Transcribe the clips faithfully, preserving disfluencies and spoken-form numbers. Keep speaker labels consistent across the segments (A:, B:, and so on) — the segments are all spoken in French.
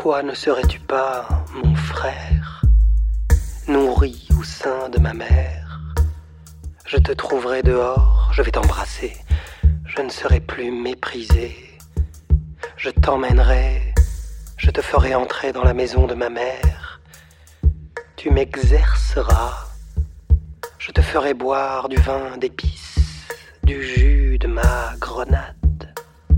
A: Pourquoi ne serais-tu pas mon frère, nourri au sein de ma mère? Je te trouverai dehors, je vais t'embrasser, je ne serai plus méprisé. Je t'emmènerai, je te ferai entrer dans la maison de ma mère. Tu m'exerceras, je te ferai boire du vin d'épices, du jus de ma grenade.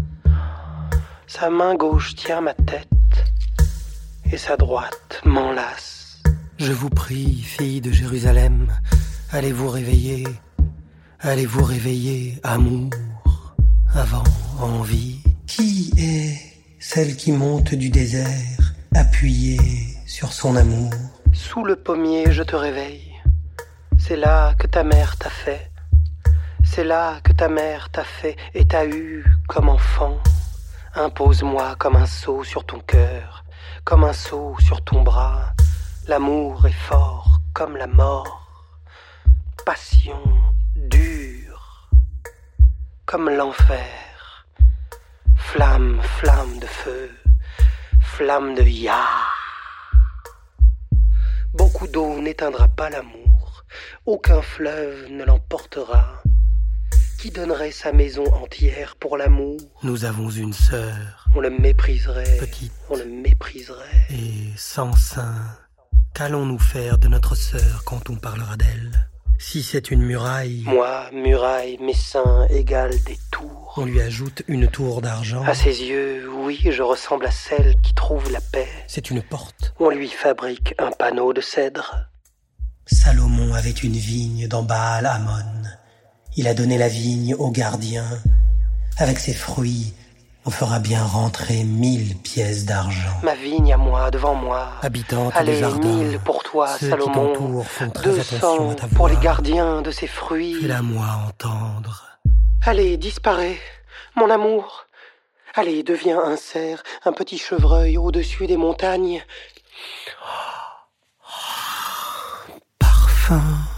A: Sa main gauche tient ma tête et sa droite m'enlace. Je vous prie, filles de Jérusalem, allez vous réveiller, allez vous réveiller, amour, avant envie. Qui est celle qui monte du désert, appuyée sur son amour? Sous le pommier, je te réveille. C'est là que ta mère t'a fait. C'est là que ta mère t'a fait et t'a eu comme enfant. Impose-moi comme un sceau sur ton cœur, comme un sceau sur ton bras. L'amour est fort comme la mort. Passion dure comme l'enfer. Flamme, flamme de feu, flamme de ya. Beaucoup d'eau n'éteindra pas l'amour, aucun fleuve ne l'emportera. Qui donnerait sa maison entière pour l'amour? Nous avons une sœur, on le mépriserait, petite, on le mépriserait. Et sans sein, qu'allons-nous faire de notre sœur quand on parlera d'elle? Si c'est une muraille, moi, muraille, mes seins égalent des tours. On lui ajoute une tour d'argent. À ses yeux, oui, je ressemble à celle qui trouve la paix. C'est une porte. On lui fabrique un panneau de cèdre. Salomon avait une vigne dans Baal-Hamon. Il a donné la vigne au gardien. Avec ses fruits, on fera bien rentrer mille pièces d'argent. Ma vigne à moi, devant moi. Habitante des jardins. Allez, mille pour toi, ceux Salomon. Deux cents pour les gardiens de ces fruits. Fais-la-moi entendre. Allez, disparais, mon amour. Allez, deviens un cerf, un petit chevreuil au-dessus des montagnes. Parfum.